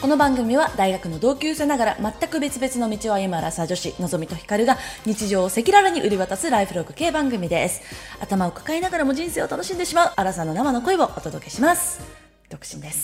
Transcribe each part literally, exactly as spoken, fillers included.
この番組は大学の同級生ながら全く別々の道を歩むアラサー女子のぞみとひかるが日常を赤裸々に売り渡すライフログ系番組です。頭を抱えながらも人生を楽しんでしまうアラサーの生の声をお届けします。独身です。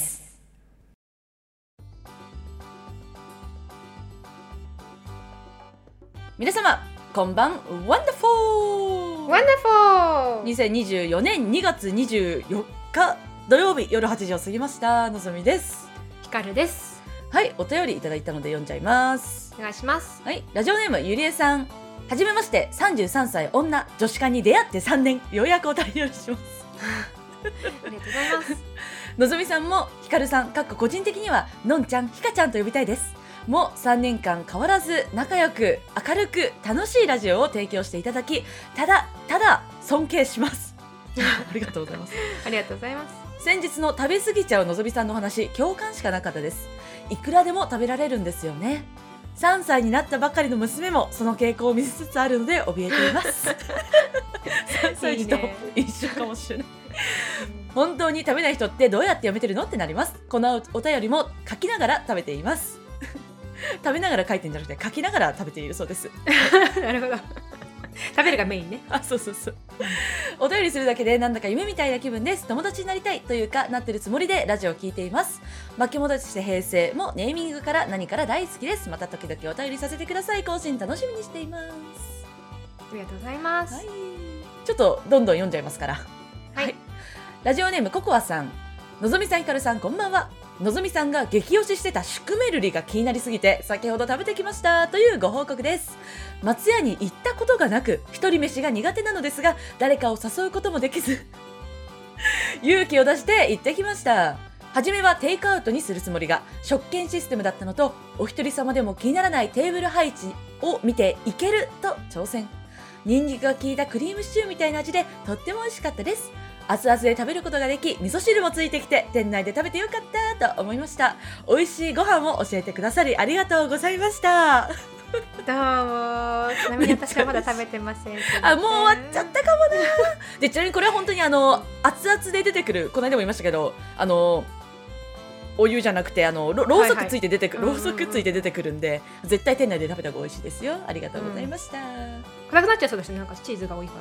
皆様こんばんワンダフォーワンダフォーにせんにじゅうよねんにがつにじゅうよっか土曜日夜はちじを過ぎました。のぞみです。 ひかるです。 はい、お便りいただいたので読んじゃいます。 お願いします。 はい、ラジオネームゆりえさん、はじめまして。さんじゅうさんさい女、女子会に出会ってさんねん、ようやくお便りをします。 ありがとうございますのぞみさんもひかるさんかっこ個人的にはのんちゃん、ひかちゃんと呼びたいです。もうさんねんかん変わらず仲良く明るく楽しいラジオを提供していただき、ただただ尊敬しますありがとうございますありがとうございます。 先日の食べ過ぎちゃうのぞみさんの話、共感しかなかったです。いくらでも食べられるんですよね。さんさいになったばかりの娘もその傾向を見せつつあるので怯えていますさんさい児と一緒かもしれない本当に食べない人ってどうやってやめてるのってなります。このお便りも書きながら食べています食べながら書いてんじゃなくて書きながら食べているそうですなるほど食べるがメインね。 あ、そうそうそう。お便りするだけでなんだか夢みたいな気分です。友達になりたいというかなってるつもりでラジオを聞いています。巻き戻して平成もネーミングから何から大好きです。また時々お便りさせてください。更新楽しみにしています。 ありがとうございます、 はい、ちょっとどんどん読んじゃいますから。 はい、はい、 ラジオネームココアさん、のぞみさん、ひかるさん、こんばんは。のぞみさんが激推ししてたシュクメルリが気になりすぎて先ほど食べてきましたというご報告です。松屋に行ったことがなく一人飯が苦手なのですが、誰かを誘うこともできず勇気を出して行ってきました。初めはテイクアウトにするつもりが食券システムだったのと、お一人様でも気にならないテーブル配置を見ていけると挑戦。ニンニクが効いたクリームシチューみたいな味でとっても美味しかったです。熱々で食べることができ、味噌汁もついてきて店内で食べてよかったと思いました。美味しいご飯を教えてくださりありがとうございましたどうも。ちなみに私はまだ食べてませんあ、もう終わっちゃったかもなで、ちなみにこれは本当にあの熱々で出てくる、この間も言いましたけど、あのお湯じゃなくてあのろろうそくついて出てくる、はいはい、ろうそくついて出てくるんで、絶対店内で食べた方が美味しいですよ。ありがとうございました、うん、 辛くなっちゃうそうですね。なんかチーズが多いから。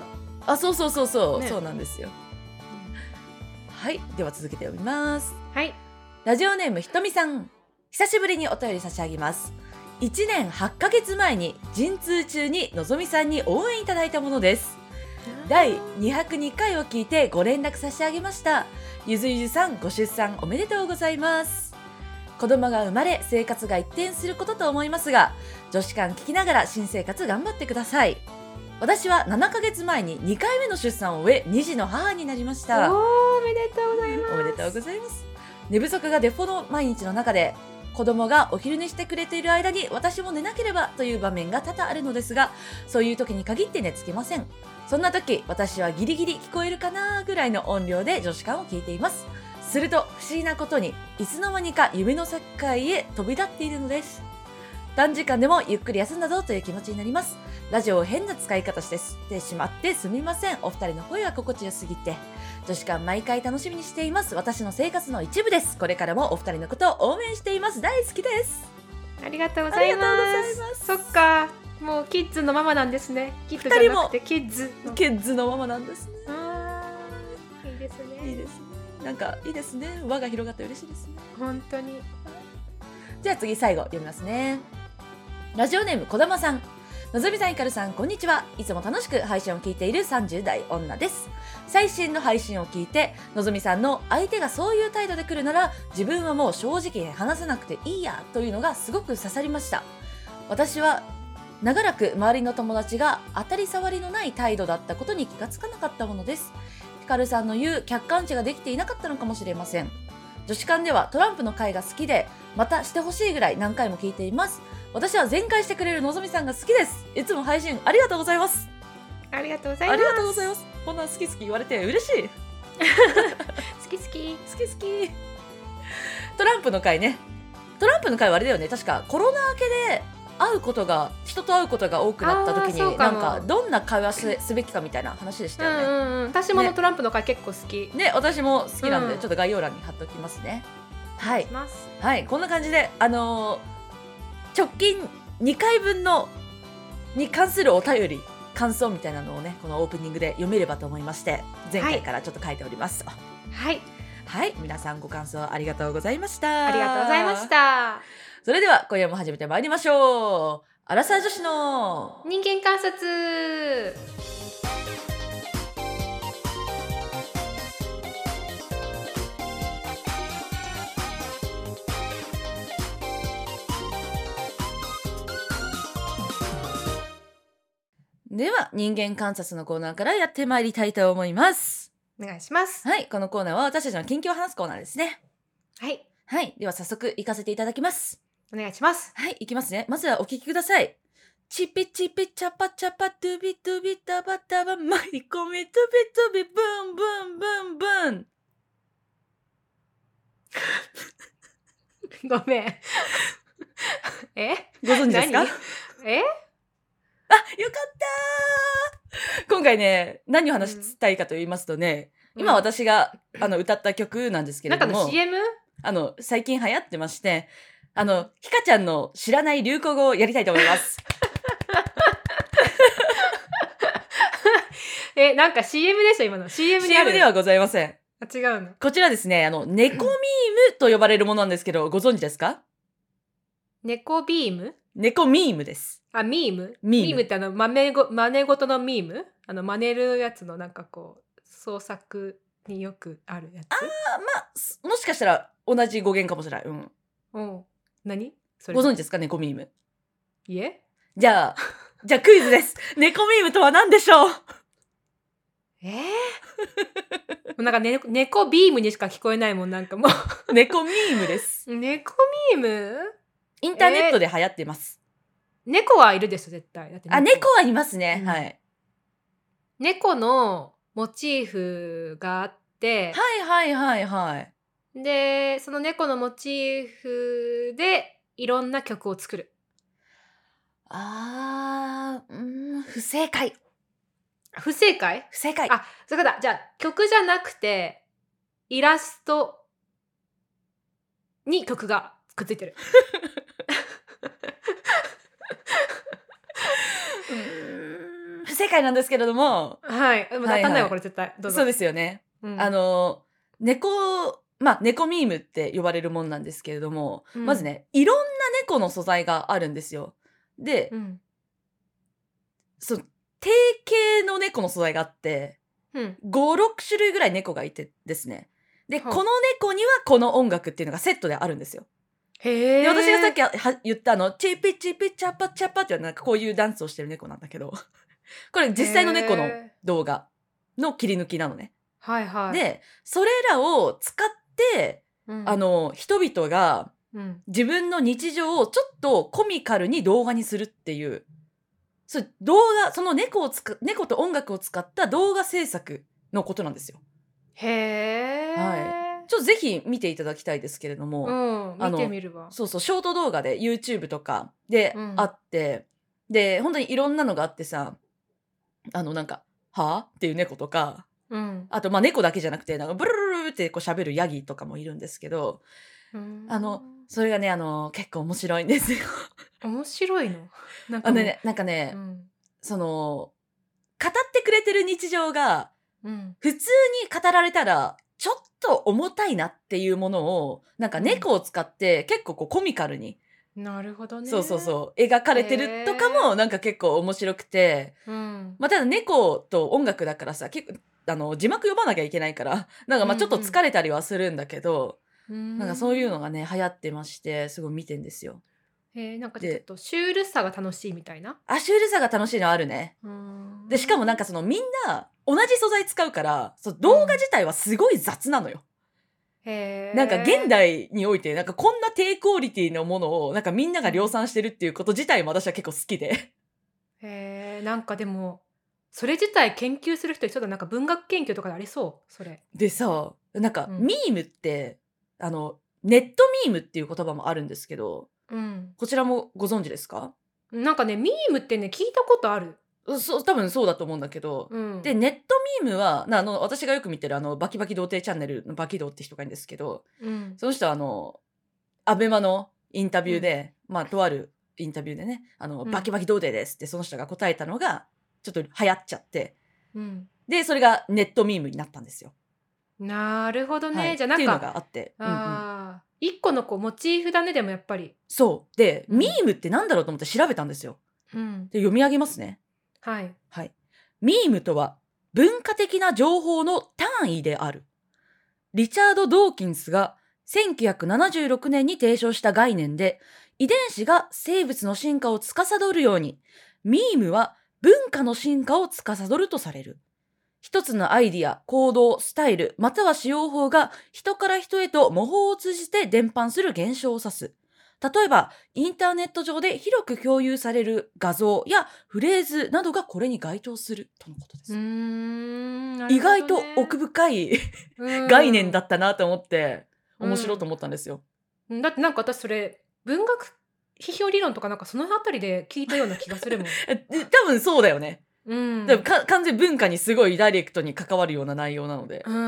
あ、そうそうそうそう、ね、そうなんですよ。はい、では続けて読みます。 はい、 ラジオネームひとみさん、久しぶりにお便り差し上げます。いちねんはっかげつまえに陣痛中にのぞみさんに応援いただいたものです。だいにひゃくにかいを聞いてご連絡差し上げました。ゆずゆずさん、ご出産おめでとうございます。子供が生まれ生活が一転することと思いますが、女子間聞きながら新生活頑張ってください。私はななかげつまえににかいめの出産を終えに児の母になりました。 おめでとうございます。 おめでとうございます。寝不足がデフォの毎日の中で、子供がお昼寝してくれている間に私も寝なければという場面が多々あるのですが、そういう時に限って寝つけません。そんな時、私はギリギリ聞こえるかなぐらいの音量で女子間を聞いています。すると不思議なことにいつの間にか夢の世界へ飛び立っているのです。短時間でもゆっくり休んだぞという気持ちになります。ラジオを変な使い方してしてしまってすみません。お二人の声が心地よすぎて女子間毎回楽しみにしています。私の生活の一部です。これからもお二人のことを応援しています。大好きです。 ありがとうございます。ありがとうございます。そっか、もうキッズのママなんですね。キッズじゃなくてキッズのキッズのママなんですね。 あー、いいですね。 いいですね。なんかいいですね。輪が広がって嬉しいですね。 本当に。 じゃあ次最後読みますね。ラジオネームこだまさん、のぞみさん、ひかるさん、こんにちは。いつも楽しく配信を聞いているさんじゅう代女です。最新の配信を聞いて、のぞみさんの相手がそういう態度で来るなら自分はもう正直話さなくていいやというのがすごく刺さりました。私は長らく周りの友達が当たり障りのない態度だったことに気がつかなかったものです。ひかるさんの言う客観視ができていなかったのかもしれません。女子間ではトランプの回が好きで、またしてほしいぐらい何回も聞いています。私は全開してくれるのぞみさんが好きです。いつも配信ありがとうございます。 ありがとうございます。 ありがとうございます。こんな好き好き言われて嬉しい好き好き好き好きトランプの回ね。トランプの回はあれだよね、確かコロナ明けで会うことが人と会うことが多くなった時になんかどんな会話 す, すべきかみたいな話でしたよね。 うんうんうん、私ものトランプの回結構好き、 ね、私も好きなんで、 うん、 ちょっと概要欄に貼っておきますね。 願いします。 はい、はい、こんな感じであのー、直近にかいぶんのに関するお便り感想みたいなのをねこのオープニングで読めればと思いまして前回からちょっと書いております。 はいはい、皆さんご感想ありがとうございました。 ありがとうございました。 それでは今夜も始めてまいりましょう。アラサー女子の人間観察。 では人間観察のコーナーからやってまいりたいと思います。 お願いします。 はい、このコーナーは私たちの近況を話すコーナーですね。 はいはい、では早速行かせていただきます。 お願いします。 はい、行きますね。まずはお聞きください。チピチピチャパチャパトゥビトゥビタバタバマリコミトゥビトゥビブンブンブンブン。 ごめんえご存知ですか？ えあ、よかったー。今回ね何を話したいかと言いますとね、うん、今私があの歌った曲なんですけれども、 なんかの シーエム？ あの最近流行ってまして、あのひかちゃんの知らない流行語をやりたいと思いますえ、なんか シーエム でしょ今の シーエム である？ シーエム ではございません。 あ、違うの。 こちらですね、あの猫ミームと呼ばれるものなんですけどご存知ですか？ 猫ビーム？ 猫ミームです。 あ、ミーム？ ミーム。 ミームってあの真似ご真似事のミーム？あの真似るやつのなんかこう創作によくあるやつ。 ああ、まあもしかしたら同じ語源かもしれない。うん。 うん。何？それご存知ですか猫ミーム？ いえ。 じゃあじゃあクイズです。猫ミームとは何でしょう？ えー、なんか、ね、猫ビームにしか聞こえないもんなんかもう猫ミームです。 猫ミーム？ インターネットで流行ってます。 えー、猫はいるです絶対。だって猫あ、猫はいますね、うん、はい。 猫のモチーフがあって、 はいはいはいはい。 でその猫のモチーフでいろんな曲を作る。 あー、うーん、不正解。 不正解？ 不正解。 あ、そうだ。じゃあ曲じゃなくてイラストに曲がくっついてるうーん、不正解なんですけれども、 はい、でも当たんないわこれ絶対。どうぞ。 そうですよね。うん、あの猫まあ猫ミームって呼ばれるもんなんですけれども、うん、まずねいろんな猫の素材があるんですよ。で、うん、そう定型の猫の素材があって、うん、ご、ろく種類ぐらい猫がいてですね。で、この猫にはこの音楽っていうのがセットであるんですよ。 へー。 で、私がさっきは言ったあの、チピチピチャパチャパってなんかこういうダンスをしてる猫なんだけど、これ実際の猫の動画の切り抜きなのね。 はいはい。 で、それらを使って、うん、あの、人々が自分の日常をちょっとコミカルに動画にするっていう、そ動画その猫をつか猫と音楽を使った動画制作のことなんですよ。 へー。 はい。ちょっとぜひ見ていただきたいですけれども、 うん、見てみるわ。 そうそうショート動画で YouTube とかであって、うん、で本当にいろんなのがあってさ、あのなんかはぁっていう猫とか、うん、あとまあ猫だけじゃなくてなんかブルルルってこう喋るヤギとかもいるんですけど、うん、あのそれがねあの結構面白いんですよ。 面白いの？ なんかあのねなんかね、うん、その語ってくれてる日常が、うん、普通に語られたらちょっと重たいなっていうものをなんか猫を使って結構こうコミカルに、 うん、なるほどね。 そうそうそう描かれてるとかもなんか結構面白くて、うん、まあただ猫と音楽だからさ結構あの字幕読まなきゃいけないからなんかまあちょっと疲れたりはするんだけど、うんうん、なんかそういうのがね流行ってましてすごい見てんですよ。 へえ、なんかちょっとシュールさが楽しいみたいな。 あ、シュールさが楽しいのあるね。でしかもなんかそのみんな同じ素材使うからそう動画自体はすごい雑なのよ。うん、へえ。なんか現代においてなんかこんな低クオリティのものをなんかみんなが量産してるっていうこと自体も私は結構好きで。 へえ、なんかでもそれ自体研究する人ちょっとなんか文学研究とかでありそうそれ。 でさ、なんか、うん、ミームってあのネットミームっていう言葉もあるんですけど。うん、こちらもご存知ですか？ なんかねミームってね聞いたことある。 そう多分そうだと思うんだけど、 うん、 でネットミームはなあの私がよく見てるあのバキバキ童貞チャンネルのバキ童って人がいるんですけど、 うん、 その人はあのアベマのインタビューで、 うん、 まあとあるインタビューでねあの、 うん、 バキバキ童貞ですってその人が答えたのがちょっと流行っちゃって、 うん、 でそれがネットミームになったんですよ。 なるほどね、 はい、 じゃあなんかっていうのがあって、うんうん、 あ一個のこうモチーフだねでもやっぱり。 そうで、 うん、 ミームってなんだろうと思って調べたんですよ。 うん、 で読み上げますね。 はい、 はい。ミームとは文化的な情報の単位である。リチャード・ドーキンスがせんきゅうひゃくななじゅうろくねんに提唱した概念で、遺伝子が生物の進化を司るように、ミームは文化の進化を司るとされる。一つのアイディア、行動、スタイル、または使用法が人から人へと模倣を通じて伝播する現象を指す。例えば、インターネット上で広く共有される画像やフレーズなどがこれに該当するとのことです。 うーん、な意るほどね、 外と奥深いうん概念だったなと思って面白いと思ったんですよ。 うん、だってなんか私それ文学批評理論とかなんかそのあたりで聞いたような気がするもん。 え多分そうだよね。 うん。 でもか完全文化にすごいダイレクトに関わるような内容なので。 うん。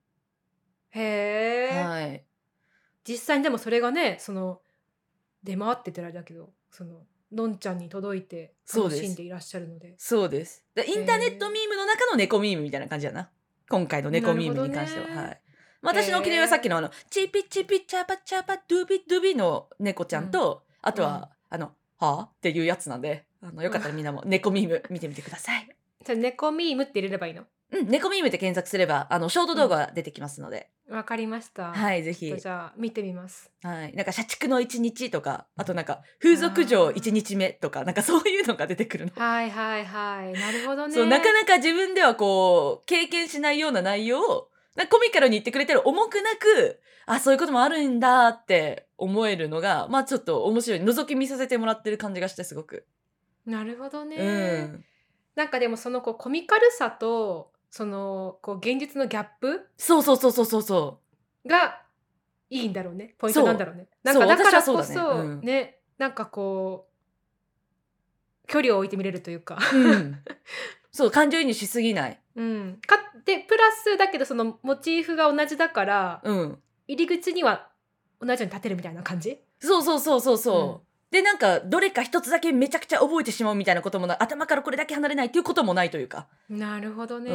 へえ。 はい。 実際にでもそれがね、その出回っててあれだけど、そののんちゃんに届いてそうです。 楽しんでいらっしゃるので。 そうです。でインターネットミームの中の猫ミームみたいな感じだな。今回の猫ミームに関しては。 なるほどねはい。私のお気に入りはさっきのあの、チピチピチャパチャパドゥビドゥビの猫ちゃんと、あとは、あの、はぁっていうやつなんで、あのよかったらみんなも猫ミーム見てみてください。 じゃあ猫ミームって入れればいいの？ うん、猫ミームって検索すれば、あの、ショート動画が出てきますので。 わかりました。 はい、ぜひちょっと。じゃあ見てみます。 はい。なんか社畜の一日とか、あとなんか風俗嬢一日目とか、なんかそういうのが出てくるの。 はいはいはい。なるほどね。 そう、なかなか自分ではこう、経験しないような内容を、なんかコミカルに言ってくれてる重くなく、あ、そういうこともあるんだって思えるのが、まあちょっと面白い。覗き見させてもらってる感じがしてすごく。 なるほどね。 うん。 なんかでもそのこうコミカルさとそのこう現実のギャップそうそうそうそうそうそがいいんだろうね。ポう。 イントなんだろうね。なんそう、 かだからこ私はそうだね。 そうん。 ね、なんかこう距離を置いて見れるというか。 うん。そう、感情移入しすぎない。 うん。かでプラスだけどそのモチーフが同じだからうん。 入り口には同じように立てるみたいな感じ？ そうそうそうそうそう。 うんで、なんか、どれか一つだけめちゃくちゃ覚えてしまうみたいなこともない。頭からこれだけ離れないっていうこともないというか。 なるほどね。 うん。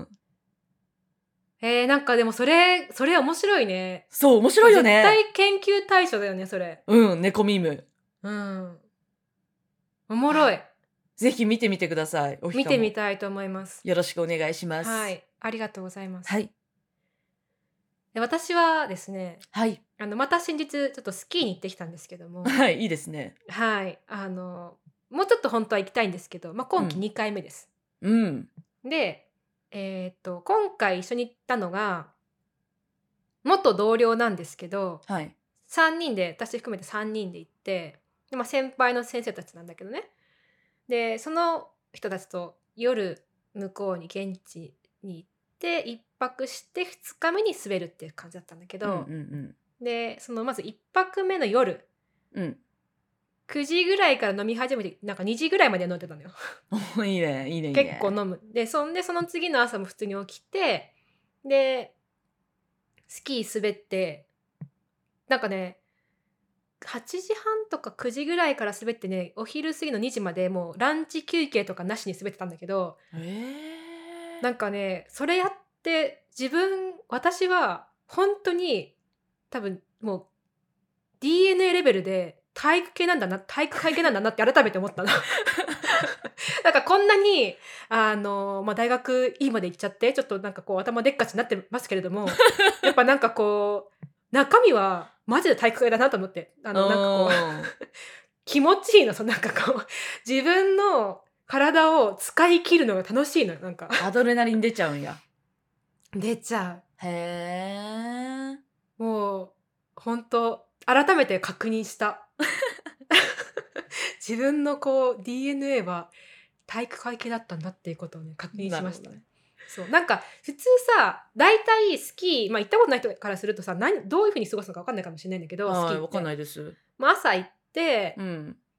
えー、なんかでもそれそれ面白いね。 そう、面白いよね。 絶対研究対象だよねそれ。 うん、猫ミーム。 うん。おもろい。 ぜひ見てみてください。おひ見かもてみたいと思います。 よろしくお願いします。 はい、ありがとうございます。 はい。 で私はですね、 はい。 あのまた先日ちょっとスキーに行ってきたんですけども、 はい、いいですね。 はい、あのもうちょっと本当は行きたいんですけど、まあ、今季うんにかいめです。 うん。 で、えーっと今回一緒に行ったのが元同僚なんですけど、 はい。 さんにんで私含めてさんにんで行って、で、まあ、先輩の先生たちなんだけどね。でその人たちと夜向こうに現地に行っていっぱくしてふつかめに滑るっていう感じだったんだけうんうど、 んでそのまずいっぱくめの夜うん。うん。 くじぐらいから飲み始めてなんかにじぐらいまで飲んでたのよ。 おいいね、いいね、いいね。 結構飲む。でそんでその次の朝も普通に起きて、でスキー滑って、なんかねはちじはんとかくじぐらいから滑ってね、お昼過ぎのにじまでもうランチ休憩とかなしに滑ってたんだけど、 えー、 なんかねそれやって自分私は本当に多分もう ディーエヌエー レベルで体育系なんだな体育会系なんだなって改めて思ったの。なんかこんなにあの、まあ、大学いいまで行っちゃってちょっとなんかこう頭でっかちになってますけれども、やっぱなんかこう中身はマジで体育会だなと思って、あのなんかこう気持ちいいの、そのなんかこう自分の体を使い切るのが楽しいのよ、なんかアドレナリン出ちゃうんや。 出ちゃへー。 う。もう本当改めて確認した自分のこう ディーエヌエー は体育会系だったんだっていうことをね確認しましたね。そうなんか普通さ大体スキー、まあ、行ったことない人からするとさ何どういう風に過ごすのか分かんないかもしれないんだけど、スキーって分かんないです。 まあ、朝行って、 うん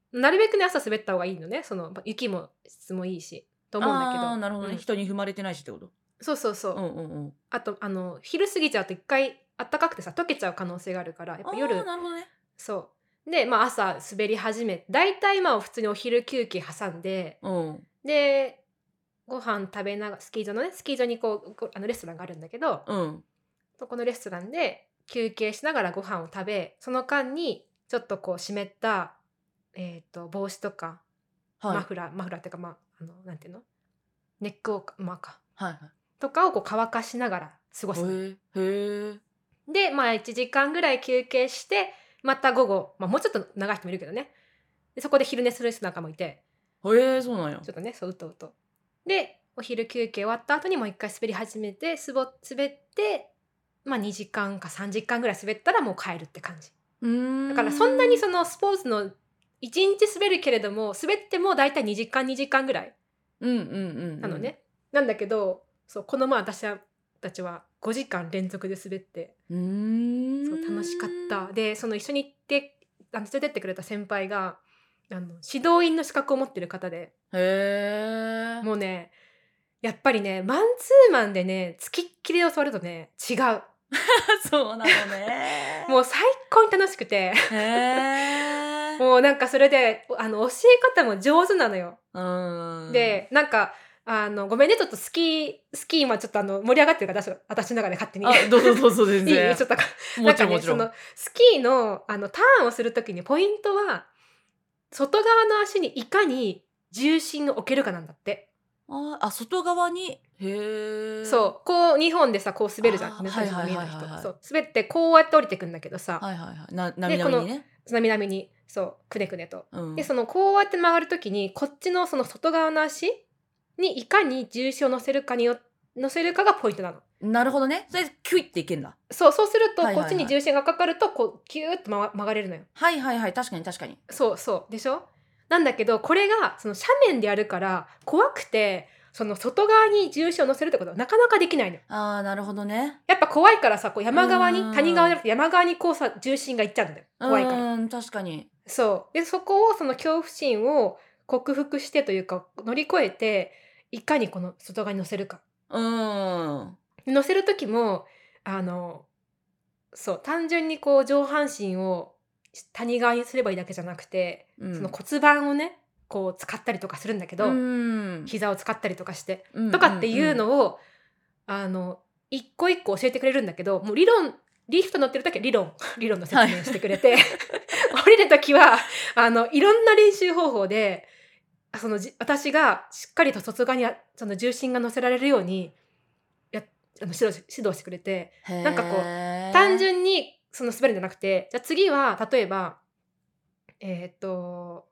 なるべくね朝滑った方がいいのね。その雪も質もいいしと思うんだけど。 ああ、なるほどね、 うん人に踏まれてないしってこと。 そうそうそう。 うんうんうん。 あとあの昼過ぎちゃうと一回あったかくてさ溶けちゃう可能性があるからやっぱああ、 夜なるほどね。 そうでまあ朝滑り始めだいたいまあ普通にお昼休憩挟んでうん。 でご飯食べながらスキー場のねスキー場にこうこあのレストランがあるんだけどうん。 そこのレストランで休憩しながらご飯を食べその間にちょっとこう湿った、えー、と帽子とかはい。 マフラーマフラーっていうかまああのなんていうのネックをまあかはいはい。 とかをこう乾かしながら過ごすの。 へえ、へえ。 でまあいちじかんぐらい休憩してまた午後、まあ、もうちょっと長い人もいるけどねでそこで昼寝する人なんかもいてへえ、そうなんや。 ちょっとねそううとうとでお昼休憩終わった後にもう一回滑り始めてすぼ滑ってまあにじかんかさんじかんぐらい滑ったらもう帰るって感じうーん。 だからそんなにそのスポーツのいちにち滑るけれども滑ってもだいたいにじかんにじかんぐらいうんうんうんうん。 なのね、なんだけどそうこの前私たちはごじかん連続で滑ってうーん。 そう楽しかったでその一緒に行ってあの連れてってくれた先輩があの指導員の資格を持ってる方でへえ。 もうねやっぱりねマンツーマンでねつきっきりで教わるとね違うそうなのね。 もう最高に楽しくてへえ。 もうなんかそれであの教え方も上手なのよ。 うーん。 でなんかあのごめんねちょっとスキースキー今ちょっとあの盛り上がってるから私私の中で勝手にあ、どうぞどうぞ全いい然。 ちょっともちろんなんかねもちろん。 そのスキーのあのターンをするときにポイントは外側の足にいかに重心を置けるかなんだって。 ああ、外側に。へえ。 そうこうにほんでさこう滑るじゃん。 あーね最初はい見えない人はいはいはいはいそう滑ってこうやって降りてくんだけどさ、 はいはいはい。な、なみでこのなみにね。 なみなみにそうくねくねと。 うん。 でそのこうやって曲がるときにこっちのその外側の足にいかに重心を乗せるかによ乗せるかがポイントなの。 なるほどね。それでキュイっていけんだ。 そうそうするとはいはいはいこっちに重心がかかるとこうキューッと曲がれるのよ。 はいはいはい。確かに確かに。 そうそうでしょ。なんだけどこれがその斜面でやるから怖くてその外側に重心を乗せるってことはなかなかできないの。 ああ、なるほどね。 やっぱ怖いからさこう山側にうーん谷側じゃなくて山側にこうさ重心がいっちゃうんだよ怖いから。 うーん、確かに。 そうでそこをその恐怖心を克服してというか乗り越えていかにこの外側に乗せるか。 うーん。 乗せる時もあのそう単純にこう上半身を谷側にすればいいだけじゃなくて、 うんその骨盤をねこう使ったりとかするんだけど、 うーん。 膝を使ったりとかして、 うんとかっていううんのをあの一個一個教えてくれるんだけどもう理論リフト乗ってる時は理論理論の説明してくれて、降りる時はあのいろんな練習方法でそのじ私がしっかりと外側にあその重心が乗せられるようにやあの指導し指導してくれてへなんかこうー単純にその滑るんじゃなくてじゃあ次は例えばえーっと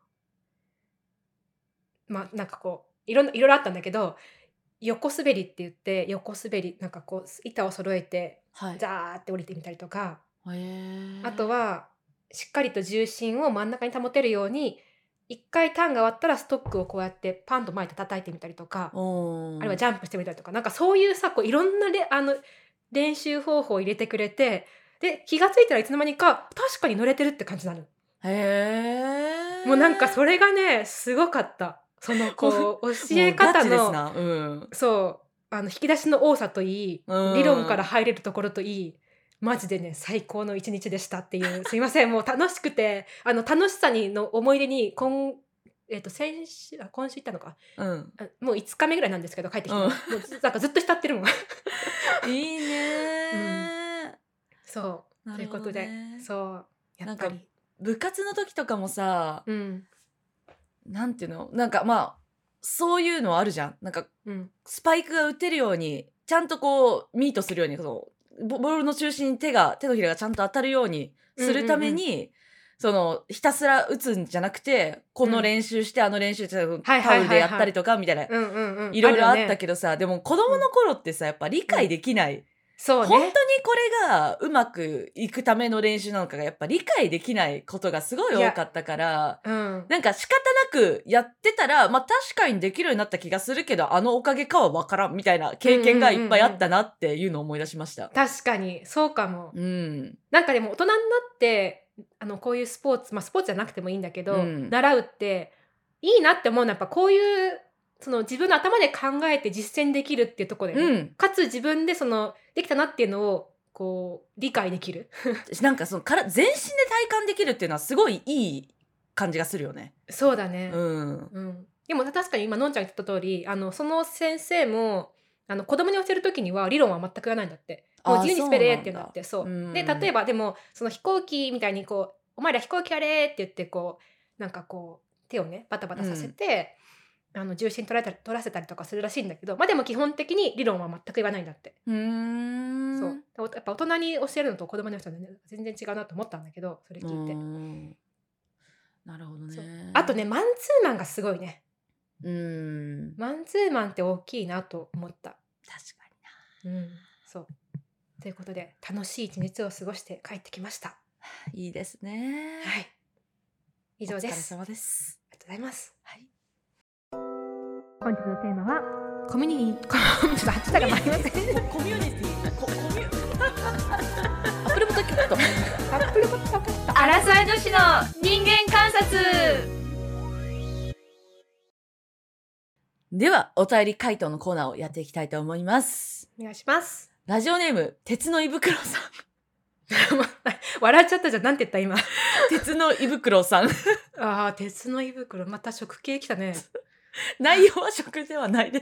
まあなんかこういろんないろいろあったんだけど横滑りって言って横滑りなんかこう板を揃えてはい。 ザーって降りてみたりとかへーあとはしっかりと重心を真ん中に保てるように一回ターンが終わったらストックをこうやってパンと前で叩いてみたりとか、 おーあるいはジャンプしてみたりとかなんかそういうさこういろんなれあの練習方法を入れてくれてで気がついたらいつの間にか確かに乗れてるって感じになる。 へーもうなんかそれがねすごかった。そのこう教えもうガ方のチですな。うん。 そうあの引き出しの多さといいうん理論から入れるところといいマジでね最高の一日でしたっていうすいませんもう楽しくてあの楽しさにの思い出に今えっ、と先週あ今週行ったのかうん。 あもういつかめぐらいなんですけど帰ってきたの、 うんもうずなんかずっと浸ってるもんいいねー。 そうなるほどということでね。 そうやなんかっぱり部活の時とかもさ、 うんなんていうのなんかまあ、そういうのあるじゃん。なんかうんスパイクが打てるように、ちゃんとこう、ミートするように、そのボボールの中心に手が、手のひらがちゃんと当たるようにするために、その、ひたすら打つんじゃなくて、この練習して、あの練習して、 はいはいはいはいタオルでやったりとか、みたいな、 うんうんうんいろいろあったるよねけどさ、でも子供の頃ってさ、やっぱ理解できない。 そう本当にねこれがうまくいくための練習なのかがやっぱ理解できないことがすごい多かったから、 うんなんか仕方なくやってたら、まあ確かにできるようになった気がするけど、あのおかげかはわからんみたいな経験がいっぱいあったなっていうのを思い出しました。 確かにそうかもうん。 なんかでも大人になってあのこういうスポーツ、まあ、スポーツじゃなくてもいいんだけど、 うん、 習うっていいなって思うのはやっぱこういうその自分の頭で考えて実践できるっていうところでね、 うん、 かつ自分でそのできたなっていうのをこう理解できるなんかそのから全身で体感できるっていうのはすごいいい感じがするよね。 そうだね、 うん、 うん、でも確かに今のんちゃんが言った通り、あのその先生もあの子供に教える時には理論は全く言わないんだって。もうああ、 自由にそう滑れっなんだ。 て言うんだって。そううで、例えん、 ばでもその飛行機みたいにこうお前ら飛行機やれって言ってこうなんかこう手をねバタバタさせうん、 て、あの重心取られたり取らせたりとかするらしいんだけど、まあでも基本的に理論は全く言わないんだって。 うーそう。 ん、 やっぱ大人に教えるのと子供に教えるの全然違うなと思ったんだけど、それう聞いて。 ん、なるほどそう。 ね。 あとね、マンツーマンがすごいね。 うん、 マンツーマンって大きいなと思った。 確かにうん、そう。ということで、楽しい一日を過ごして帰ってきました。 な。いいですね。 はい。以上です。 お疲れ様です。 ありがとうございます。 はい。 本日のテーマは、コミュニティ、ちょっとはちさが回りません。 コミュニティ、ココミュアップルポッドキャスト。 アップルポッドキャスト。 アラサイ女子の人間観察。 では、お便り回答のコーナーをやっていきたいと思います。 お願いします。 ラジオネーム、鉄の胃袋さん。 笑っちゃったじゃん。なんて言った今。 鉄の胃袋さん。 ああ、鉄の胃袋。また食系来たね。 内容は食ではないです。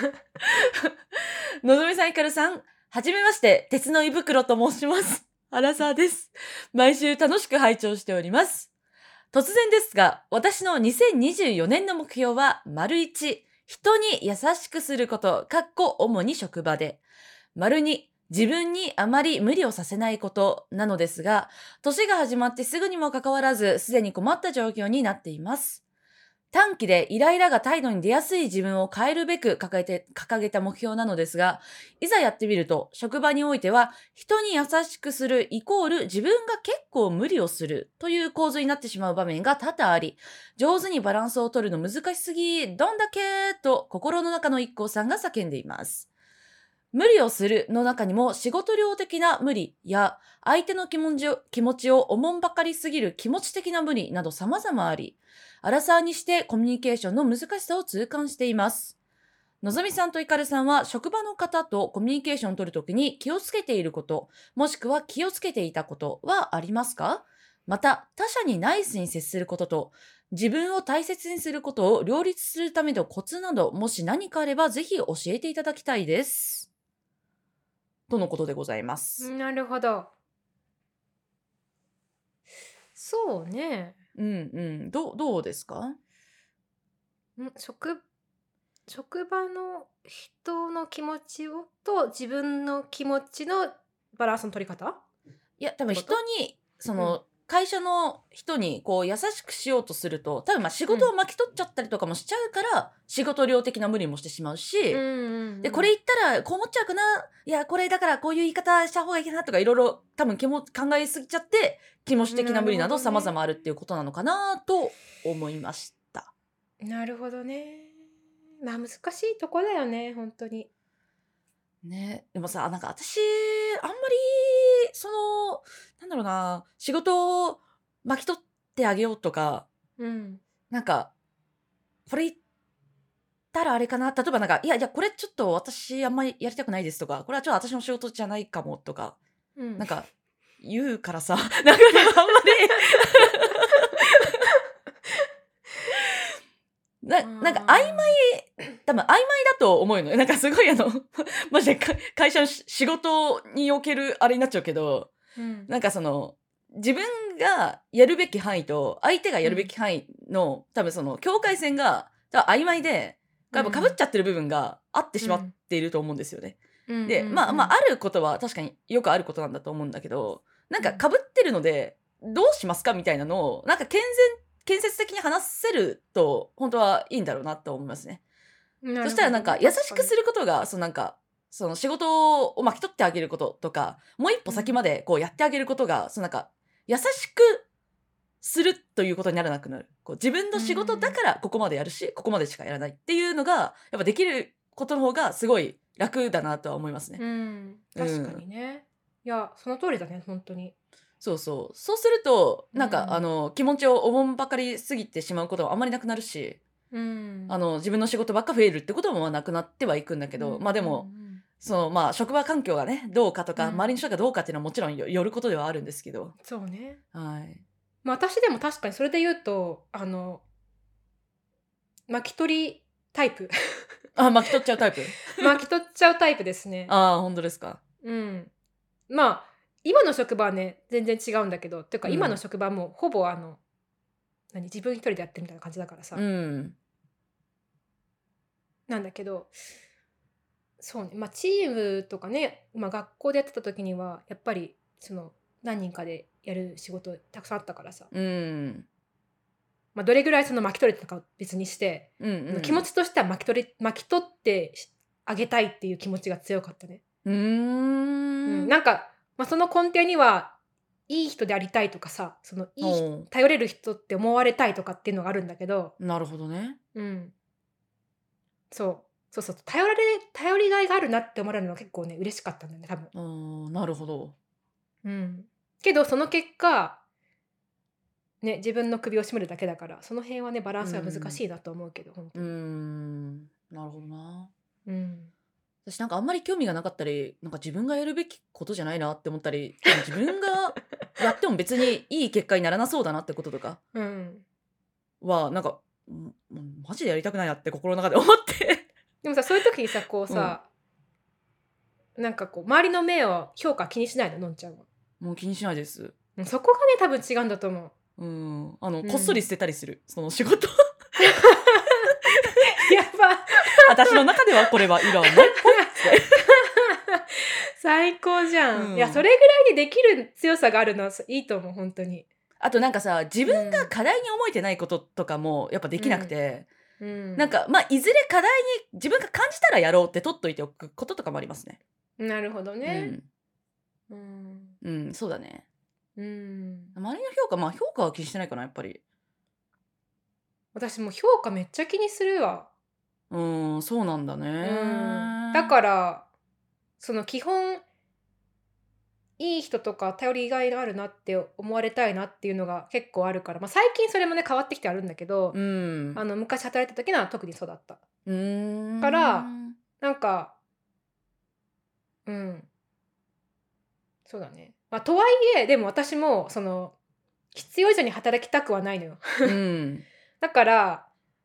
のぞみさん、ひかるさん、はじめまして、鉄の胃袋と申します。アラサーです。毎週楽しく拝聴しております。突然ですが、私のにせんにじゅうよねんの目標は、丸いち、人に優しくすること、かっこ主に職場で。丸に、自分にあまり無理をさせないことなのですが、年が始まってすぐにもかかわらず、すでに困った状況になっています。短期でイライラが態度に出やすい自分を変えるべく掲げて、掲げた目標なのですが、いざやってみると、職場においては、人に優しくするイコール自分が結構無理をするという構図になってしまう場面が多々あり、上手にバランスを取るの難しすぎ、どんだけと心の中の一行さんが叫んでいます。無理をするの中にも仕事量的な無理や相手の気持ちを気持ちをおもんばかりすぎる気持ち的な無理など様々あり、アラサーにしてコミュニケーションの難しさを痛感しています。のぞみさんといかるさんは職場の方とコミュニケーションを取るときに気をつけていること、もしくは気をつけていたことはありますか？また、他者にナイスに接することと自分を大切にすることを両立するためのコツなど、もし何かあればぜひ教えていただきたいです。とのことでございます。 なるほど。そうね。 うんうん。どう、どうですか？ ん職職場の人の気持ちをと自分の気持ちのバランスの取り方。 いや、多分ってこと人に、その、会社の人にこう優しくしようとすると、多分まあ仕うん事を巻き取っちゃったりとかもしちゃうから、仕事量的な無理もしてしまうし、 うんうんうん、 で、これ言ったらこう思っちゃうかな、いや、これだからこういう言い方した方がいいかなとかいろいろ多分気も考えすぎちゃって、気持ち的な無理などなるほどね様々あるっていうことなのかなと思いました。 なるほどね。まあ難しいとこだよね本当に。 ね、でもさ、なんか私、あんまり、その、なんだろうな、仕事を巻き取ってあげようとか、 うんなんか、これ言ったらあれかな、例えばなんか、いやいや、これちょっと私あんまりやりたくないですとか、これはちょっと私の仕事じゃないかもとか、 うんなんか、言うからさ、なんかね、あんまりな、なんか曖昧、多分曖昧だと思うのよ。なんかすごいあの、マジでか会社のし仕事におけるあれになっちゃうけど、 うんなんかその、自分がやるべき範囲と相手がやるべき範囲の、多分その境界線が多分曖昧で、やっぱ被っちゃってる部分があってしまっていると思うんですよね。 うんで、 うんまあまあ、 うんあることは確かによくあることなんだと思うんだけど、なんか被ってるので、どうしますかみたいなのを、なんか健全、建設的に話せると、本当はいいんだろうなと思いますね。 なるほどねそしたらなんか優しくすることが、そのなんか、その仕事を巻き取ってあげることとか、もう一歩先までこうやってあげることが、そのなんか、優しくするということにならなくなる。こう自分の仕事だからここまでやるし、ここまでしかやらないっていうのが、やっぱできることの方がすごい楽だなとは思いますね。 うん確かにね、いやその通りだね本当に。 そうそうそうするとなんか、 うんあの気持ちをおもんばかりすぎてしまうことはあんまりなくなるし、 うんあの自分の仕事ばっか増えるってこともまあなくなってはいくんだけど、 うんまあでも、そのまあ職場環境がねどうかとか、 うん周りの人がどうかっていうのはもちろんよよることではあるんですけど、 そうね。 はいまあ私でも確かにそれで言うとあの巻き取りタイプあ巻き取っちゃうタイプ巻き取っちゃうタイプですね。 ああ本当ですか。 うんまあ今の職場はね全然違うんだけどっていうか、 うん今の職場はもうほぼあの何自分一人でやってるみたいな感じだからさ、 うんなんだけどそうね、まあチームとかね、まあ、学校でやってた時にはやっぱりその何人かでやる仕事たくさんあったからさ、 うんまあ、どれぐらいその巻き取れたかは別にして、 うんうん気持ちとしては巻き取り巻き取ってあげたいっていう気持ちが強かったね。 うーうんんなんか、まあ、その根底にはいい人でありたいとかさ、そのいいおう頼れる人って思われたいとかっていうのがあるんだけど、 なるほどね。 うん、そうそうそう頼られ頼りがいがあるなって思われるのは結構ね嬉しかったんだよね多分。 あーなるほど。 うん、けどその結果、ね、自分の首を絞めるだけだからその辺はねバランスは難しいなと思うけど、本当うーに。 んなるほどな。 うん私なんかあんまり興味がなかったり、なんか自分がやるべきことじゃないなって思ったり、自分がやっても別にいい結果にならなそうだなってこととかうんはなんか、んもうマジでやりたくないなって心の中で思ってでもさそういう時にさこうさ、なんかこう周りの目を評価気にしないののんちゃんは。 もう気にしないです。 うんそこがね多分違うんだと思う。 うんあの、 うんこっそり捨てたりするその仕事やば私の中ではこれはいらんね最高じゃん、 うんいやそれぐらいにできる強さがあるのはいいと思う本当に。 あとなんかさ自分が課題に思えてないこととかもやっぱできなくて、 うんなんかまあいずれ課題に自分が感じたらやろうって取っといておくこととかもありますね。 なるほどね。うんうん、うん、そうだね。 うん周りの評価まあ評価は気にしてないかなやっぱり。 私も評価めっちゃ気にするわ。 うんそうなんだね。 うんだからその基本いい人とか頼りがいがあるなって思われたいなっていうのが結構あるから、まあ、最近それもね変わってきてあるんだけど、 うんあの昔働いた時のは特にそうだった。 うーんからなんかうんそうだね、まあ、とはいえでも私もその必要以上に働きたくはないのようんだから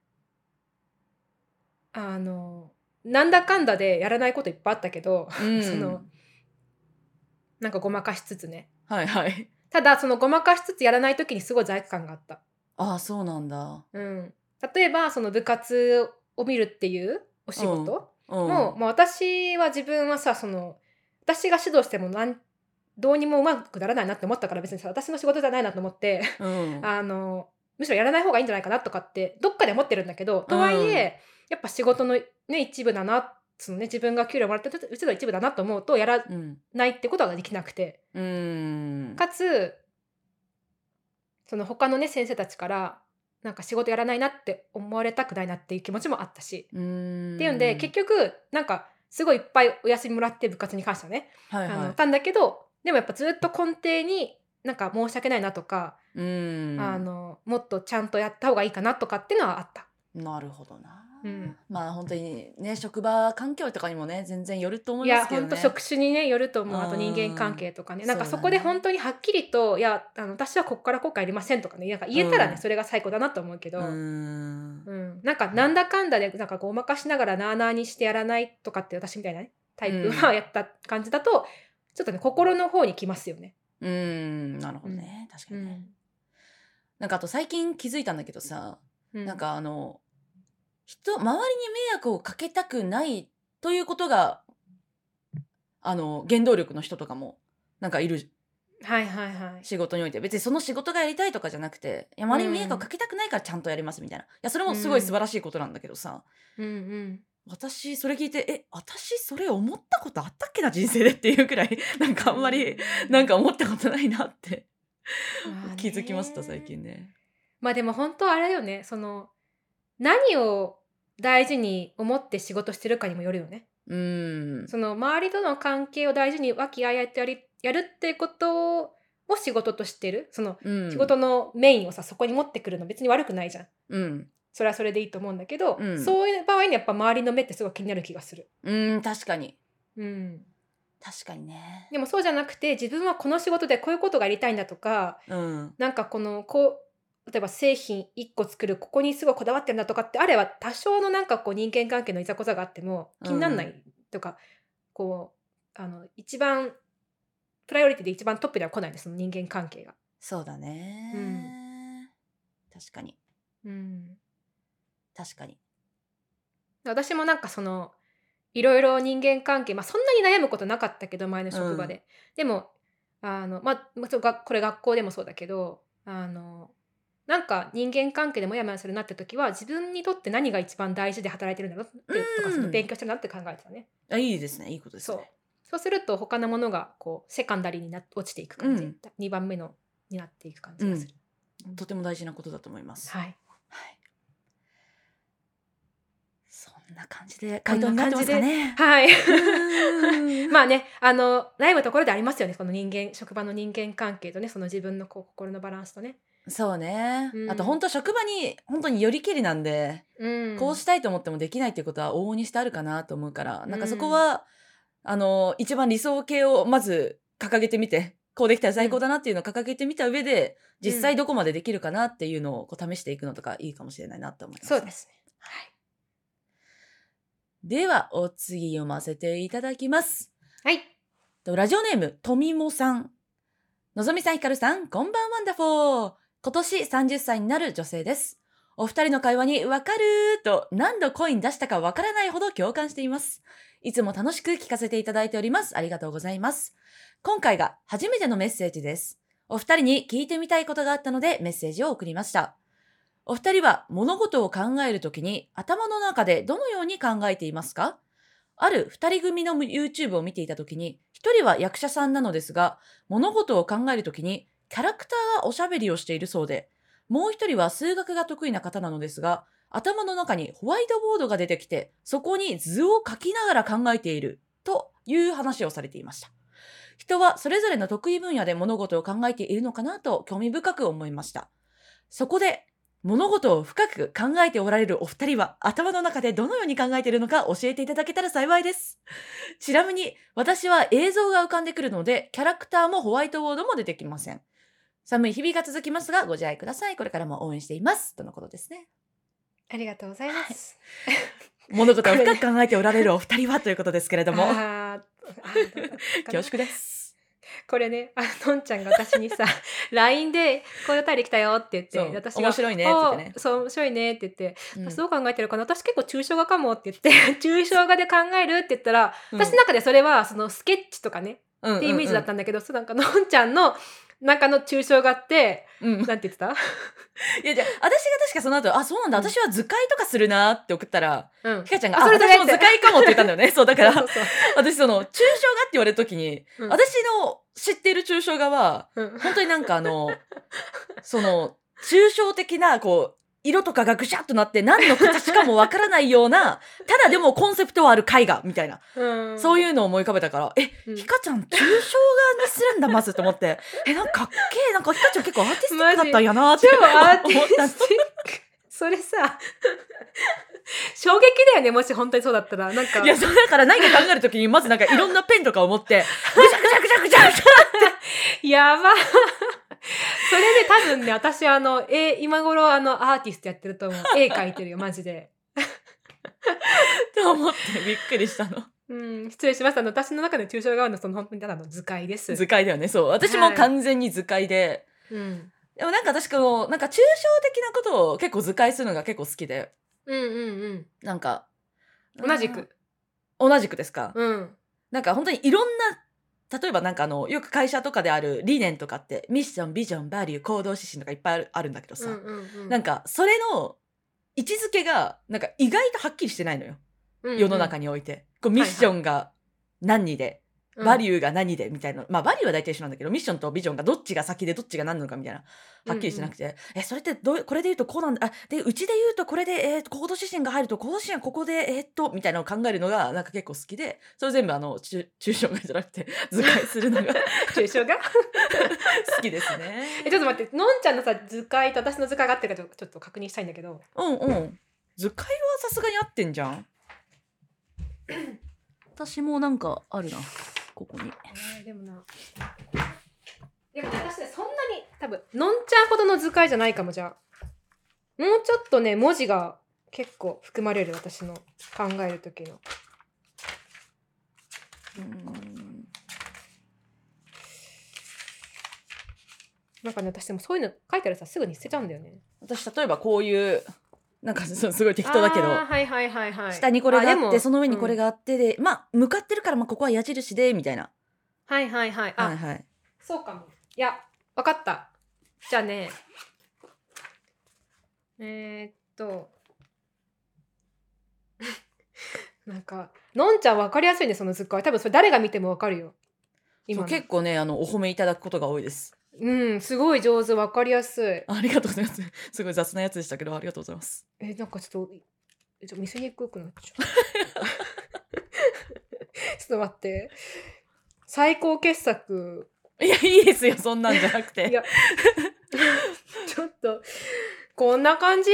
あのなんだかんだでやらないこといっぱいあったけど、 うんそのなんかごまかしつつね、 はいはいただそのごまかしつつやらない時にすごい罪悪感があった。 ああそうなんだ。 うん、例えばその部活を見るっていうお仕事うんも、まあ、私は自分はさその私が指導してもなんどうにもうまくならないなって思ったから別にさ私の仕事じゃないなと思ってうんあのむしろやらない方がいいんじゃないかなとかってどっかで思ってるんだけど、とはいえ、やっぱ仕事の、ね、一部だなその、ね、自分が給料もらってるうちの一部だなと思うとやらうんないってことができなくて、 うんかつその他のね先生たちからなんか仕事やらないなって思われたくないなっていう気持ちもあったし、 うんっていうんで結局なんかすごいいっぱいお休みもらって部活に関してはね、 はいはいあのたんだけどでもやっぱずっと根底になんか申し訳ないなとか、 うんあのもっとちゃんとやった方がいいかなとかっていうのはあった。 なるほどな。 うんまあ本当にね職場環境とかにもね全然よると思いやいますけどね。 本当職種にねよると思う。あとうん人間関係とかねなんかそうだねそこで本当にはっきりといやあの私はここからここやりませんとかねなんか言えたらね、 うんそれが最高だなと思うけど、 ううんんなんかなんだかんだでなんかごまかしながらなあなあにしてやらないとかって私みたいな、ね、タイプうんはやった感じだと、ちょっとね心の方にきますよね。 うんなるほどね、確かうにね。 んなんかあと最近気づいたんだけどさ、 うん、 なんかあの人周りに迷惑をかけたくないということがあの原動力の人とかもなんかいるはいはいはい仕事において別にその仕事がやりたいとかじゃなくていや周りに迷惑をかけたくないからちゃんとやりますみたいな、いやそれもすごい素晴らしいことなんだけどさ、 うんうん私それ聞いてえ私それ思ったことあったっけな人生でっていうくらいなんかあんまりなんか思ったことないなってまあね気づきました最近ね。 まあでも本当あれだよね、その何を大事に思って仕事してるかにもよるよね。 うーんその周りとの関係を大事に和気あいあいとやりやるっていうことを仕事としてるそのうん、 仕事のメインをさそこに持ってくるの別に悪くないじゃん。 うんそれはそれでいいと思うんだけど、 うんそういう場合にやっぱ周りの目ってすごい気になる気がする。 うん確かにうん、 確かにねでもそうじゃなくて自分はこの仕事でこういうことがやりたいんだとか、 うんなんかこのこう例えば製品いっこ作るここにすごいこだわってるんだとかってあれば多少のなんかこう人間関係のいざこざがあっても気にならないとか、こうあの一番プライオリティで一番トップでは来ないですその人間関係が。 そうだね、 うん確かにうん確かに私もなんかそのいろいろ人間関係、まあ、そんなに悩むことなかったけど前の職場で、 うんでもあの、まあ、まあそうがこれ学校でもそうだけどあのなんか人間関係でモヤモヤするなって時は自分にとって何が一番大事で働いてるんだろうってとかうんその勉強してるなって考えてたね。 あいいですねいいことですそうねそうすると他のものがこうセカンダリーにな落ちていく感じ、 うんにばんめのになっていく感じがする。 とても大事なことだと思います、 はいはい、そんな感じで回答になってますかねはいうんまあね、あの悩むところでありますよね。この人間職場の人間関係とね、その自分のこう心のバランスとね。 そうね、 うんあと本当職場に本当によりきりなんで、 うん、 こうしたいと思ってもできないっていうことは往々にしてあるかなと思うから、なんかそこはあの一番理想形をまず掲げてみて、こうできたら最高だなっていうのを掲げてみた上で、 うん実際どこまでできるかなっていうのをこう試していくのとかいいかもしれないなと思います、 そうですね。はい。 ではお次読ませていただきます。 はい。 とラジオネームとみもさん。のぞみさんひかるさんこんばんワンダフォー。今年さんじゅっさいになる女性です。お二人の会話にわかるーと何度声に出したかわからないほど共感しています。いつも楽しく聞かせていただいております。ありがとうございます。今回が初めてのメッセージです。お二人に聞いてみたいことがあったのでメッセージを送りました。お二人は物事を考えるときに頭の中でどのように考えていますか？ある二人組の YouTube を見ていたときに、一人は役者さんなのですが、物事を考えるときにキャラクターがおしゃべりをしているそうで、もう一人は数学が得意な方なのですが、頭の中にホワイトボードが出てきて、そこに図を描きながら考えているという話をされていました。人はそれぞれの得意分野で物事を考えているのかなと興味深く思いました。そこで、物事を深く考えておられるお二人は頭の中でどのように考えているのか教えていただけたら幸いです。ちなみに私は映像が浮かんでくるのでキャラクターもホワイトボードも出てきません。寒い日々が続きますがご自愛ください。これからも応援していますとのことですね。 ありがとうございます。 物事を深く考えておられるお二人はということですけれども、 あーあーどうだったかな恐縮です。 これね、あのんちゃんが私にさライン でこういうお便り来たよって言って、 そう私が面白いねって言ってねあそう面白いねって言って、 うん私どう考えてるかな、私結構抽象画かもって言って抽象画で考えるって言ったら、 うん私の中でそれはそのスケッチとかね、 うんうんうんってイメージだったんだけど、そうなんかのんちゃんの中の抽象画ってうんなんて言ってた？ いやじゃあ私が確かその後あそうなんだ、 うん私は図解とかするなって送ったら、 うんひかちゃんがああそれで私も図解かもって言ったんだよね。そうだからそうそう私その抽象画って言われた時に、 うん私の知っている抽象画はそう、うん本当になんかあのその抽象的なこう色とかがぐしゃっとなって何の形かもわからないようなただでもコンセプトはある絵画みたいな、 うん、 そういうのを思い浮かべたからえ、 うんひかちゃん抽象画にするんだまずと思ってえなんかかっけえなんかひかちゃん結構アーティスティックだったんやなって超アーティ思ったスティックそれさ衝撃だよね、もし本当にそうだったら。なんかいやそうだから何か考えるときにまずなんかいろんなペンとかを持ってぐちゃぐちゃぐちゃぐちゃぐちゃやばそれで多分ね、私あのえ今頃あのアーティストやってると思う。絵描いてるよマジでと思ってびっくりしたの。 うん、失礼しました。あの私の中で抽象画のその本当にただの図解です。 図解だよね。そう私も完全に図解で、 うん、 でもなんか私このなんか抽象的なことを結構図解するのが結構好きで、 うんうんなんかうん同じく同じくですか、 うんなんか本当にいろんな、例えばなんかあのよく会社とかである理念とかってミッションビジョンバリュー行動指針とかいっぱいあるあるんだけどさ、 うんうんうん、 なんかそれの位置づけがなんか意外とはっきりしてないのよ、 うんうん、 世の中においてこうミッションが何にで、 うんバリューが何でみたいな、まあバリューは大体一緒なんだけど、ミッションとビジョンがどっちが先でどっちが何なのかみたいなはっきりしてなくて、えそれってどうこれで言うとこうなんだ、あでうちで言うとこれで、えー、コード指針が入るとコード指針はここでえーっとみたいなのを考えるのがなんか結構好きで、それ全部あの中抽象画じゃなくて図解するのが抽象画好きですね。 えちょっと待って、のんちゃんのさ図解と私の図解があってるかちょちょっと確認したいんだけど。 うんうん。図解はさすがに合ってんじゃん。私もなんかあるなここに。 えー、でもなでも私ねそんなに多分のんちゃんほどの図解じゃないかも。じゃあもうちょっとね文字が結構含まれる、私の考える時の。 うーんなんかね私でもそういうの書いたらさすぐに捨てちゃうんだよね。 私例えばこういうなんかすすごい適当だけど、 あーはいはいはいはい。 下にこれがあでもってその上にこれがあってで、まあ向かってるからまあここは矢印でみたいな。 はいはいはい。あ、 はいはい。 そうかも。いやわかった。じゃあねえー、っとなんかのんちゃんわかりやすいねその図解。多分それ誰が見てもわかるよ。 そう今の結構ねあのお褒めいただくことが多いです。 うんすごい上手、わかりやすい。 ありがとうございます。すごい雑なやつでしたけどありがとうございます。 えなんかちょっとえちょ見せにくくなっちゃうちょっと待って、最高傑作。 いやいいですよそんなんじゃなくて。 いやちょっとこんな感じ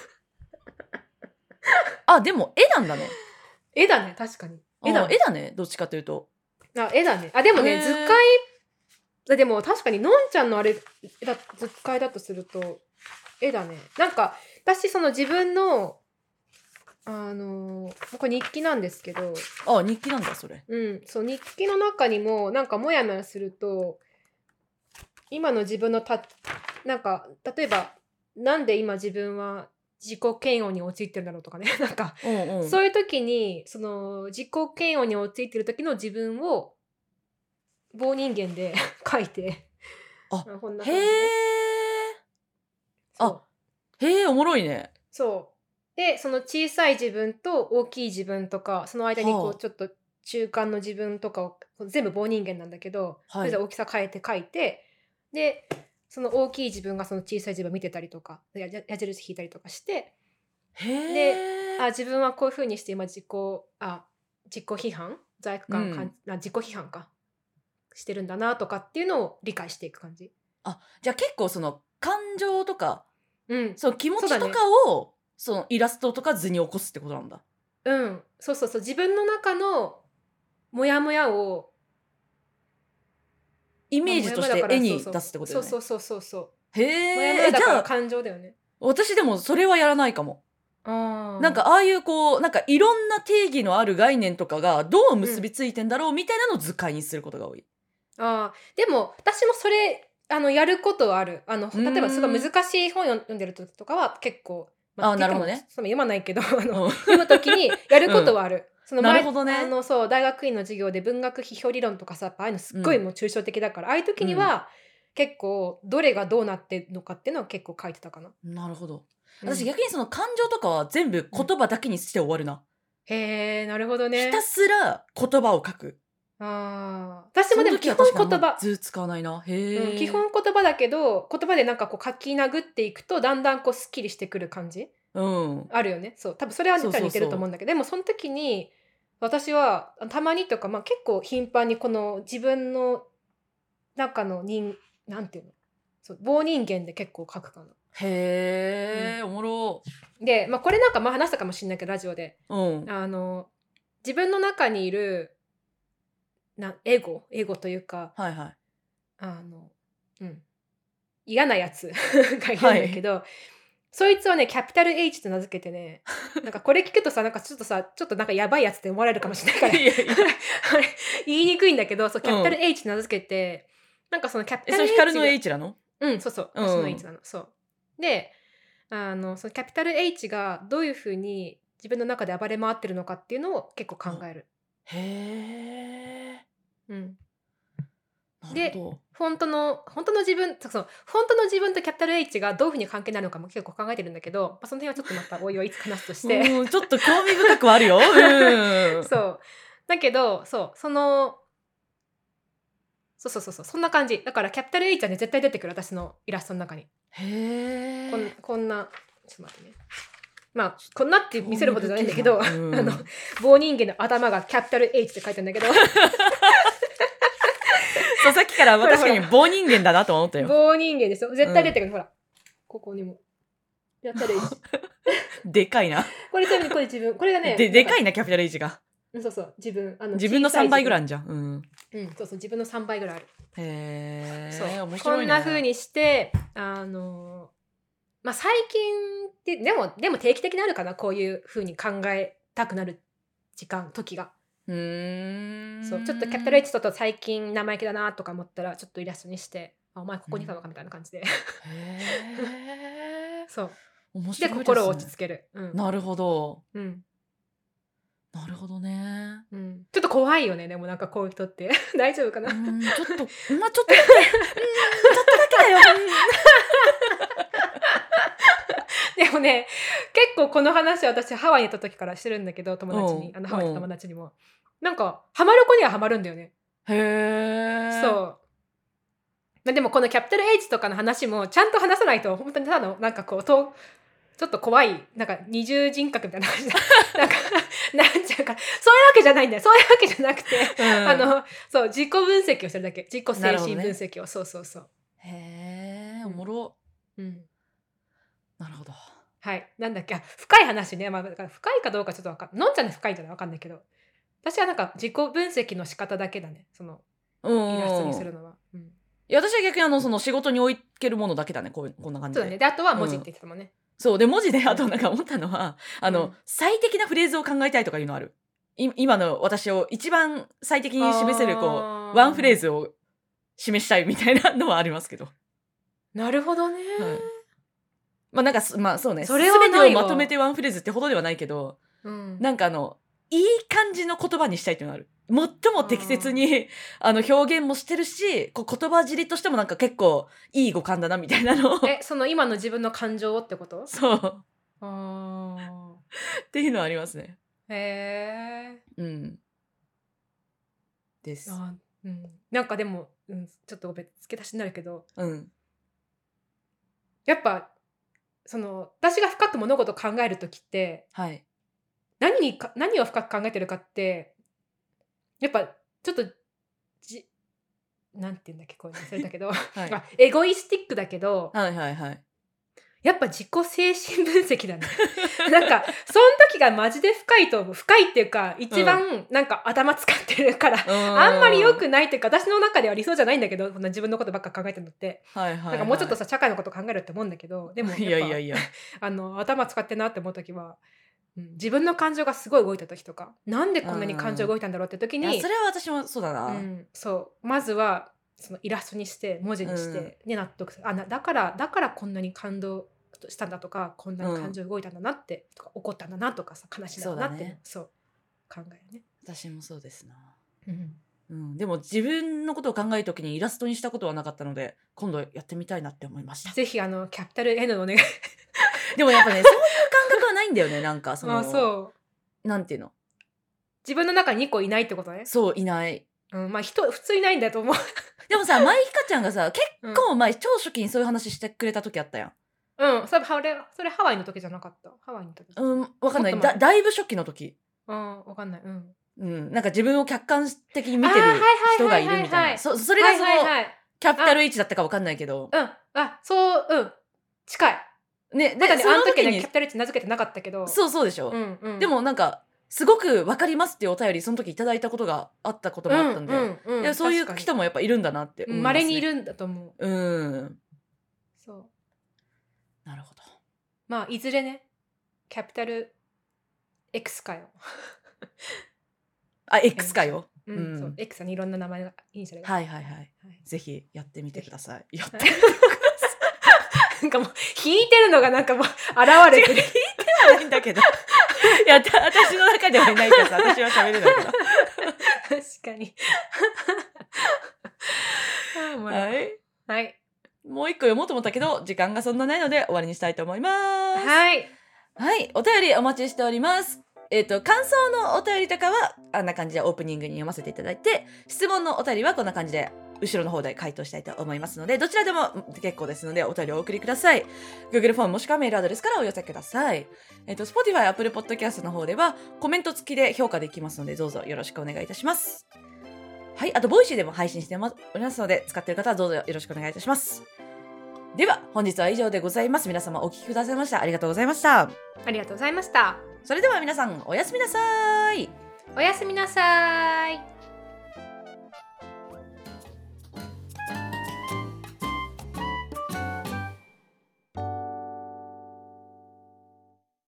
あでも絵なんだね。 絵だね、確かに絵絵だだね。 絵だねどっちかというと。 あ絵だね。あでもへーね図解あでも確かにのんちゃんのあれだ図解だとすると絵だね。なんか私その自分のあのーこれ日記なんですけど、 あ日記なんだそれ。 うんそう日記の中にもなんかモヤモヤすると今の自分のたなんか例えばなんで今自分は自己嫌悪に陥ってるんだろうとかねなんか、 うんうん。 そういう時にその自己嫌悪に陥ってる時の自分を棒人間で書いてあこんな感じへね。 え。 そうあへえおもろいね。 そうでその小さい自分と大きい自分とかその間にこはあうちょっと中間の自分とかを全部棒人間なんだけど、 はいそれで大きさ変えて書いて、でその大きい自分がその小さい自分を見てたりとかやや矢印引いたりとかして、 へえ。 あ自分はこういう風にして今自己あ自己批判罪悪感かん、 うんあ自己批判かしてるんだなとかっていうのを理解していく感じ。 あじゃあ結構その感情とかうんその気持ちとかそうだねをそのイラストとか図に起こすってことなんだ。 うんそうそうそう自分の中のモヤモヤをイメージとして絵に出すってことよね。 そうそうそうそうそうへモヤモえ。じゃあヤだから感情だよね。 私でもそれはやらないかも。 あなんかああいうこうなんかいろんな定義のある概念とかがどう結びついてんだろうみたいなのを図解にすることが多い。 あでも私もそれあのやることはある。あの例えばすごい難しい本読んでる時とかは結構、 あなるほどね。 その読まないけどあの、 うん読む時にやることはある。うんその前なるほどねあのそう大学院の授業で文学批評理論とかさああいうのすっごいもう抽象的だから、ああいう時には、結構どれがどうなってるのかっていうのは結構書いてたかな。 なるほど。 うん私逆にその感情とかは全部言葉だけにして終わるな。 へえなるほどね。 ひたすら言葉を書く。 あー私もでも基その時は確かにあんま本言葉、 図使わないな。へえ、 うん基本言葉だけど言葉でなんかこう書き殴っていくとだんだんこうすっきりしてくる感じうんあるよね。そう多分それはそうそうそう似てると思うんだけど、でもその時に私はたまにとか、まあ、結構頻繁にこの自分の中の人なんていうのそう棒人間で結構書くかな。 へえ、おもろ。 で、まあ、これなんかまあ話したかもしれないけどラジオでうんあの自分の中にいるなエゴエゴというかはいはい。 あの、うん、嫌なやつがいるんだけど、そいつをねキャピタル H と名付けてねなんかこれ聞くとさなんかちょっとさちょっとなんかやばいやつって思われるかもしれないからいやいやあれ言いにくいんだけどそうキャピタル H と名付けて、なんかそのキャピえタル H がそれ光の H なの？ うんそうそううん私の H なの、そうであのそのキャピタル H がどういうふうに自分の中で暴れ回ってるのかっていうのを結構考える。 へえ。 うんなるでほど。 本当の本当の自分その本当の自分とキャピタル H がどういうふうに関係になるのかも結構考えてるんだけど、まあ、その辺はちょっとまたおいおいいつか話すとしてうんちょっと興味深くはあるよ。うんそうだけどそうそのそうそうそうそう、そんな感じだからキャピタル H はね絶対出てくる、私のイラストの中に。 へえ。 こんこんなちょっと待ってね、まあこんなって見せるほどじゃないんだけど、 うんあの棒人間の頭がキャピタル H って書いてるんだけどそうさっきから確かに棒人間だなと思ったよ。 棒人間ですよ、絶対出てくる、ほらここにもキャピタル H でかいな。 これちなみにこれ自分これがねででかいななキャピタル H が。 んかそうそう自分あの自分のさんばいぐらいあいるじゃん。うん。 うんそうそう自分のさんばいぐらいある。 へえ。 そう面白いね。 こんな風にしてあのまあ最近ってでもでも定期的にあるかな、こういう風に考えたくなる時間時が。 うーん。 そうちょっとキャピタル H ちょっと最近生意気だなとか思ったらちょっとイラストにしてあお前ここにいたのかみたいな感じで、 へえ。 そう面白いですね。 で心を落ち着ける、うんなるほど。 うんなるほどね。 うん、ちょっと怖いよねでもなんかこういう人って大丈夫かな、 うーん、ちょっと、まあちょっとだけ、うーん、ちょっとだけだよ。 でもね結構この話は私ハワイに行った時からしてるんだけど友達に、 うんあのハワイの友達にもなんかハマる子にはハマるんだよね。 へえ。 そうまあでもこのキャピタル H とかの話もちゃんと話さないと本当にただのなんかこうとちょっと怖いなんか二重人格みたいな感じでなんかなっちゃうから、そういうわけじゃないんだよ、そういうわけじゃなくて、 うん、 あのそう自己分析をするだけ、自己精神分析を、ね、そうそうそう。 へえ、おもろ。 うん。 なるほど。 はい、なんだっけ、あ深い話ね、まあ、だから深いかどうかちょっとわかんない。のんちゃんで深いんじゃないわかんないけど、私はなんか自己分析の仕方だけだね、そのイラストにするのは。うん、 いや私は逆にあのその仕事に置いけるものだけだね、こうこんな感じで。 そうだね。であとは文字って言ってたもんね。 うん、そうで文字であとなんか思ったのは、うん、あの、 うん、 最適なフレーズを考えたいとかいうのある。い今の私を一番最適に示せるこうワンフレーズを示したいみたいなのはありますけど。 なるほどね。はい、 まあなんかまあそうね。 それはないわ。 全てをまとめてワンフレーズってほどではないけど、うん、なんかあのいい感じの言葉にしたいっていうのがある。最も適切にあの表現もしてるし、こう言葉尻としてもなんか結構いい語感だなみたいなの。 え、その今の自分の感情ってこと？ そう。 あっていうのはありますね。 へえ。 うん。です。 あ、うん。なんかでも、うん、ちょっと別付け足しになるけど、 うん。 やっぱその私が深く物事を考えるときって、 はい。 何にか何を深く考えてるかって。やっぱちょっとじなんて言うんだっけこう忘れたけど、はい、エゴイスティックだけど、 はいはいはい、 やっぱ自己精神分析だねなんかその時がマジで深いと思う。深いっていうか一番なんか頭使ってるから、うん、あんまり良くないっていうか私の中では理想じゃないんだけど、こんな自分のことばっか考えてるのって、はいはいはい、なんかもうちょっとさ社会のこと考えるって思うんだけど、でもやっぱいやいやいやあの頭使ってんなって思う時は、うん、自分の感情がすごい動いた時とか、なんでこんなに感情動いたんだろうって時に、 いやそれは私もそうだな、 うん、そうまずはそのイラストにして文字にして、うん、ね、納得する。あなだからだからこんなに感動したんだとか、こんなに感情動いたんだなって、うん、とか怒ったんだなとかさ、悲しいんだなって、ね、そう考えるね。 私もそうですな、 うんうん、でも自分のことを考えるときにイラストにしたことはなかったので今度やってみたいなって思いました。 ぜひあのキャピタル N のお願いでもやっぱねそういう感覚はないんだよね。なんかそのあそうなんていうの、 自分の中ににこいないってことね。 そういない、 うん、まあ人普通いないんだと思うでもさマイヒカちゃんがさ結構前、うん、超初期にそういう話してくれた時あったやん。 うん、それそれそれハワイの時じゃなかった。ハワイの時。 うん、わかんない。だ, だいぶ初期の時。 うん、わかんない。うん。 うん、なんか自分を客観的に見てる人がいるみたいな。そそれがその、はいはいはい、キャピタル H だったかわかんないけど。 うん、あ、そう、うん、近い。ね、で、ね、あの時ねキャピタル H 名付けてなかったけど。 そうそうでしょ。 うんうん、 でもなんかすごくわかりますっていうお便りその時いただいたことがあったこともあったんで、うんうんうん、いやそういう人もやっぱいるんだなって思いますね。 稀にいるんだと思う。 うん。 そう。 なるほど。 まあいずれねキャピタル X かよあ X かよ、 うんうん、そう X にいろんな名前がイニシャルが、 はいはいはい、はい、ぜひやってみてください。やってみてくださいなんかもう弾いてるのがなんかもう現れてる。弾いてはないんだけどいや私の中ではいないからさ、私は喋れないから確かにはいはい、 もう一個読もうと思ったけど時間がそんなないので終わりにしたいと思います。 はいはい、お便りお待ちしております。えっと感想のお便りとかはあんな感じでオープニングに読ませていただいて、質問のお便りはこんな感じで後ろの方で回答したいと思いますので、どちらでも結構ですのでお便りをお送りください。 Google フォームもしくはメールアドレスからお寄せください。えっと Spotify、Apple Podcast の方ではコメント付きで評価できますので、どうぞよろしくお願いいたします。はい、あとボイシーでも配信しておりますので、使っている方はどうぞよろしくお願いいたします。では本日は以上でございます。皆様お聞きくださいましたありがとうございました。 ありがとうございました。 それでは皆さんおやすみなさい。 おやすみなさい。